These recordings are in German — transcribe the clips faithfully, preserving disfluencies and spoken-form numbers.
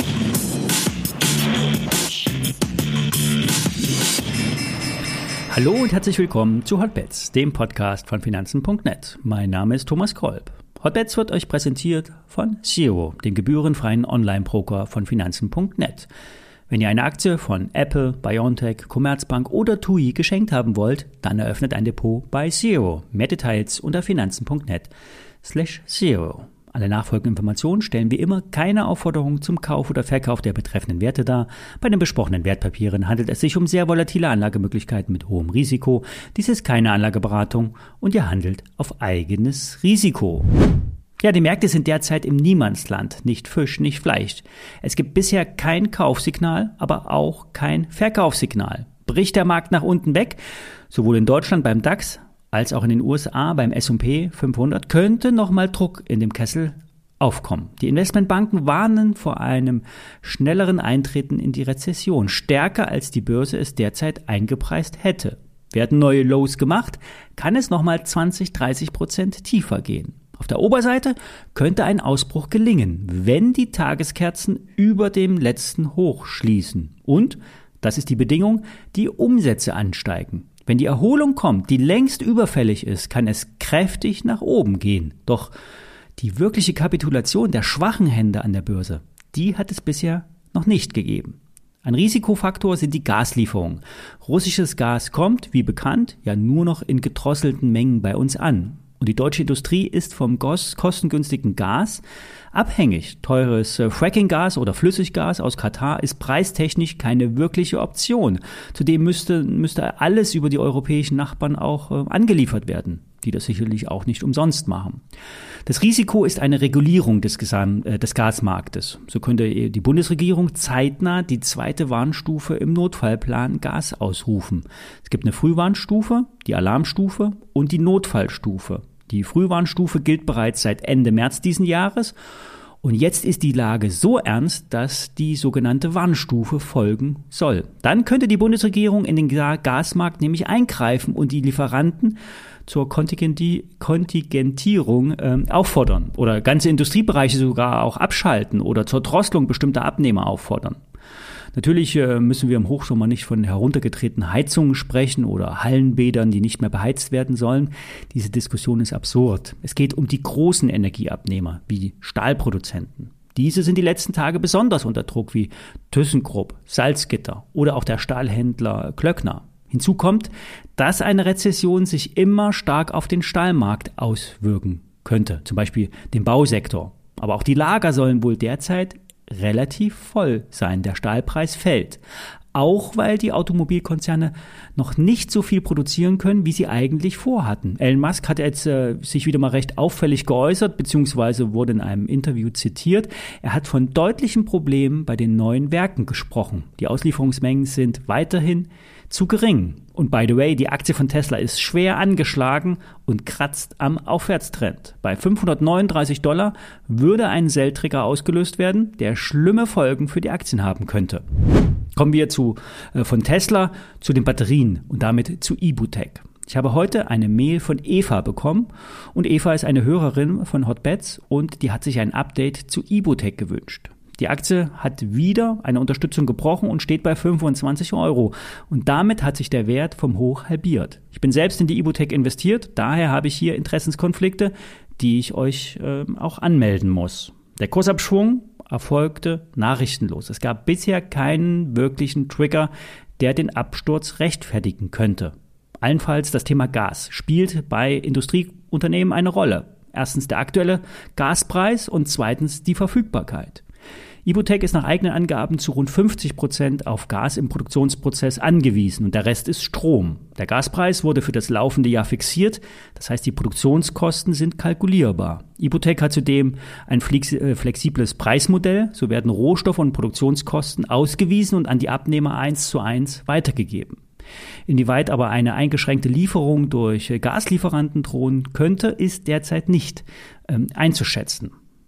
Hallo und herzlich willkommen zu Hotbets, dem Podcast von Finanzen Punkt net. Mein Name ist Thomas Kolb. Hotbets wird euch präsentiert von Zero, dem gebührenfreien Online-Broker von Finanzen Punkt net. Wenn ihr eine Aktie von Apple, BioNTech, Commerzbank oder T U I geschenkt haben wollt, dann eröffnet ein Depot bei Zero. Mehr Details unter finanzen Punkt net slash zero. Alle nachfolgenden Informationen stellen wie immer keine Aufforderung zum Kauf oder Verkauf der betreffenden Werte dar. Bei den besprochenen Wertpapieren handelt es sich um sehr volatile Anlagemöglichkeiten mit hohem Risiko. Dies ist keine Anlageberatung und ihr handelt auf eigenes Risiko. Ja, die Märkte sind derzeit im Niemandsland, nicht Fisch, nicht Fleisch. Es gibt bisher kein Kaufsignal, aber auch kein Verkaufssignal. Bricht der Markt nach unten weg, sowohl in Deutschland beim DAX als auch in den U S A beim S und P fünfhundert, könnte nochmal Druck in dem Kessel aufkommen. Die Investmentbanken warnen vor einem schnelleren Eintreten in die Rezession, stärker als die Börse es derzeit eingepreist hätte. Werden neue Lows gemacht, kann es nochmal zwanzig, dreißig Prozent tiefer gehen. Auf der Oberseite könnte ein Ausbruch gelingen, wenn die Tageskerzen über dem letzten Hoch schließen. Und, das ist die Bedingung, die Umsätze ansteigen. Wenn die Erholung kommt, die längst überfällig ist, kann es kräftig nach oben gehen. Doch die wirkliche Kapitulation der schwachen Hände an der Börse, die hat es bisher noch nicht gegeben. Ein Risikofaktor sind die Gaslieferungen. Russisches Gas kommt, wie bekannt, ja nur noch in gedrosselten Mengen bei uns an. Und die deutsche Industrie ist vom kostengünstigen Gas abhängig. Teures äh, Fracking-Gas oder Flüssiggas aus Katar ist preistechnisch keine wirkliche Option. Zudem müsste, müsste alles über die europäischen Nachbarn auch äh, angeliefert werden, die das sicherlich auch nicht umsonst machen. Das Risiko ist eine Regulierung des, Gesam- äh, des Gasmarktes. So könnte die Bundesregierung zeitnah die zweite Warnstufe im Notfallplan Gas ausrufen. Es gibt eine Frühwarnstufe, die Alarmstufe und die Notfallstufe. Die Frühwarnstufe gilt bereits seit Ende März diesen Jahres und jetzt ist die Lage so ernst, dass die sogenannte Warnstufe folgen soll. Dann könnte die Bundesregierung in den Gasmarkt nämlich eingreifen und die Lieferanten zur Kontingenti- Kontingentierung äh, auffordern oder ganze Industriebereiche sogar auch abschalten oder zur Drosselung bestimmter Abnehmer auffordern. Natürlich äh, müssen wir im Hochsommer nicht von heruntergetretenen Heizungen sprechen oder Hallenbädern, die nicht mehr beheizt werden sollen. Diese Diskussion ist absurd. Es geht um die großen Energieabnehmer wie Stahlproduzenten. Diese sind die letzten Tage besonders unter Druck wie ThyssenKrupp, Salzgitter oder auch der Stahlhändler Klöckner. Hinzu kommt, dass eine Rezession sich immer stark auf den Stahlmarkt auswirken könnte, zum Beispiel den Bausektor. Aber auch die Lager sollen wohl derzeit relativ voll sein. Der Stahlpreis fällt. Auch weil die Automobilkonzerne noch nicht so viel produzieren können, wie sie eigentlich vorhatten. Elon Musk hat jetzt äh, sich wieder mal recht auffällig geäußert, beziehungsweise wurde in einem Interview zitiert. Er hat von deutlichen Problemen bei den neuen Werken gesprochen. Die Auslieferungsmengen sind weiterhin zu gering. Und by the way, die Aktie von Tesla ist schwer angeschlagen und kratzt am Aufwärtstrend. Bei fünfhundertneununddreißig Dollar würde ein Sell-Trigger ausgelöst werden, der schlimme Folgen für die Aktien haben könnte. Kommen wir zu, äh, von Tesla zu den Batterien und damit zu Ibutech. Ich habe heute eine Mail von Eva bekommen und Eva ist eine Hörerin von Hotbets und die hat sich ein Update zu Ibutech gewünscht. Die Aktie hat wieder eine Unterstützung gebrochen und steht bei fünfundzwanzig Euro. Und damit hat sich der Wert vom Hoch halbiert. Ich bin selbst in die Ibutech investiert, daher habe ich hier Interessenskonflikte, die ich euch äh, auch anmelden muss. Der Kursabschwung erfolgte nachrichtenlos. Es gab bisher keinen wirklichen Trigger, der den Absturz rechtfertigen könnte. Allenfalls das Thema Gas spielt bei Industrieunternehmen eine Rolle. Erstens der aktuelle Gaspreis und zweitens die Verfügbarkeit. Ibutech ist nach eigenen Angaben zu rund fünfzig Prozent auf Gas im Produktionsprozess angewiesen und der Rest ist Strom. Der Gaspreis wurde für das laufende Jahr fixiert, das heißt die Produktionskosten sind kalkulierbar. Ibutech hat zudem ein flexibles Preismodell, so werden Rohstoff- und Produktionskosten ausgewiesen und an die Abnehmer eins zu eins weitergegeben. Inwieweit aber eine eingeschränkte Lieferung durch Gaslieferanten drohen könnte, ist derzeit nicht ähm, einzuschätzen.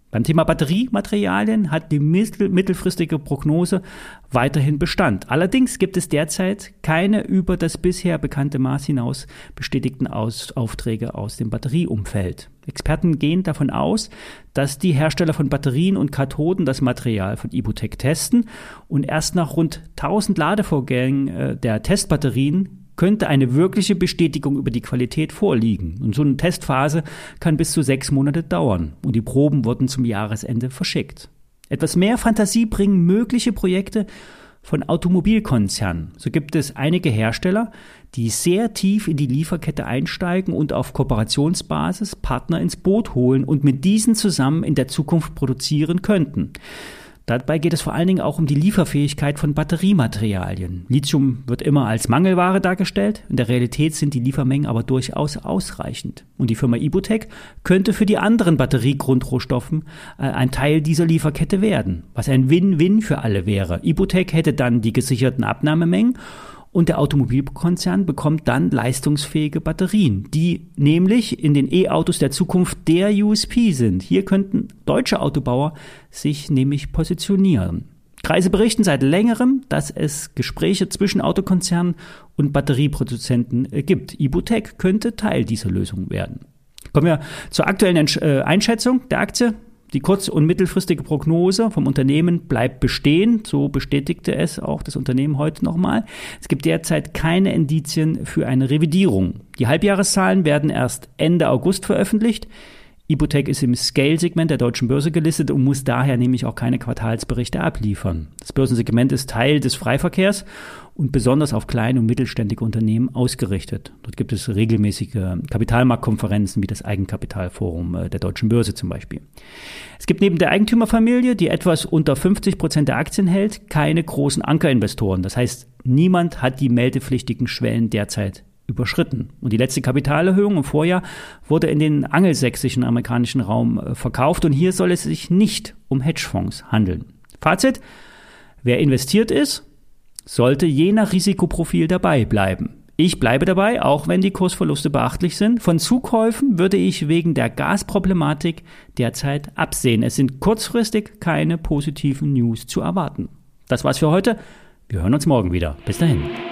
Beim Thema Batteriematerialien hat die mittel- mittelfristige Prognose weiterhin Bestand. Allerdings gibt es derzeit keine über das bisher bekannte Maß hinaus bestätigten Aus- Aufträge aus dem Batterieumfeld. Experten gehen davon aus, dass die Hersteller von Batterien und Kathoden das Material von Ibutec testen und erst nach rund tausend Ladevorgängen äh, der Testbatterien könnte eine wirkliche Bestätigung über die Qualität vorliegen. Und so eine Testphase kann bis zu sechs Monate dauern und die Proben wurden zum Jahresende verschickt. Etwas mehr Fantasie bringen mögliche Projekte von Automobilkonzernen. So gibt es einige Hersteller, die sehr tief in die Lieferkette einsteigen und auf Kooperationsbasis Partner ins Boot holen und mit diesen zusammen in der Zukunft produzieren könnten. Dabei geht es vor allen Dingen auch um die Lieferfähigkeit von Batteriematerialien. Lithium wird immer als Mangelware dargestellt. In der Realität sind die Liefermengen aber durchaus ausreichend. Und die Firma Ibutec könnte für die anderen Batteriegrundrohstoffen äh, ein Teil dieser Lieferkette werden, was ein Win-Win für alle wäre. Ibutec hätte dann die gesicherten Abnahmemengen und der Automobilkonzern bekommt dann leistungsfähige Batterien, die nämlich in den E-Autos der Zukunft der U S P sind. Hier könnten deutsche Autobauer sich nämlich positionieren. Kreise berichten seit längerem, dass es Gespräche zwischen Autokonzernen und Batterieproduzenten gibt. Ibutec könnte Teil dieser Lösung werden. Kommen wir zur aktuellen Einschätzung der Aktie. Die kurz- und mittelfristige Prognose vom Unternehmen bleibt bestehen. So bestätigte es auch das Unternehmen heute nochmal. Es gibt derzeit keine Indizien für eine Revidierung. Die Halbjahreszahlen werden erst Ende August veröffentlicht. Ibutec ist im Scale-Segment der Deutschen Börse gelistet und muss daher nämlich auch keine Quartalsberichte abliefern. Das Börsensegment ist Teil des Freiverkehrs und besonders auf kleine und mittelständige Unternehmen ausgerichtet. Dort gibt es regelmäßige Kapitalmarktkonferenzen wie das Eigenkapitalforum der Deutschen Börse zum Beispiel. Es gibt neben der Eigentümerfamilie, die etwas unter fünfzig Prozent der Aktien hält, keine großen Ankerinvestoren. Das heißt, niemand hat die meldepflichtigen Schwellen derzeit überschritten. Und die letzte Kapitalerhöhung im Vorjahr wurde in den angelsächsischen amerikanischen Raum verkauft und hier soll es sich nicht um Hedgefonds handeln. Fazit: Wer investiert ist, sollte je nach Risikoprofil dabei bleiben. Ich bleibe dabei, auch wenn die Kursverluste beachtlich sind. Von Zukäufen würde ich wegen der Gasproblematik derzeit absehen. Es sind kurzfristig keine positiven News zu erwarten. Das war's für heute. Wir hören uns morgen wieder. Bis dahin.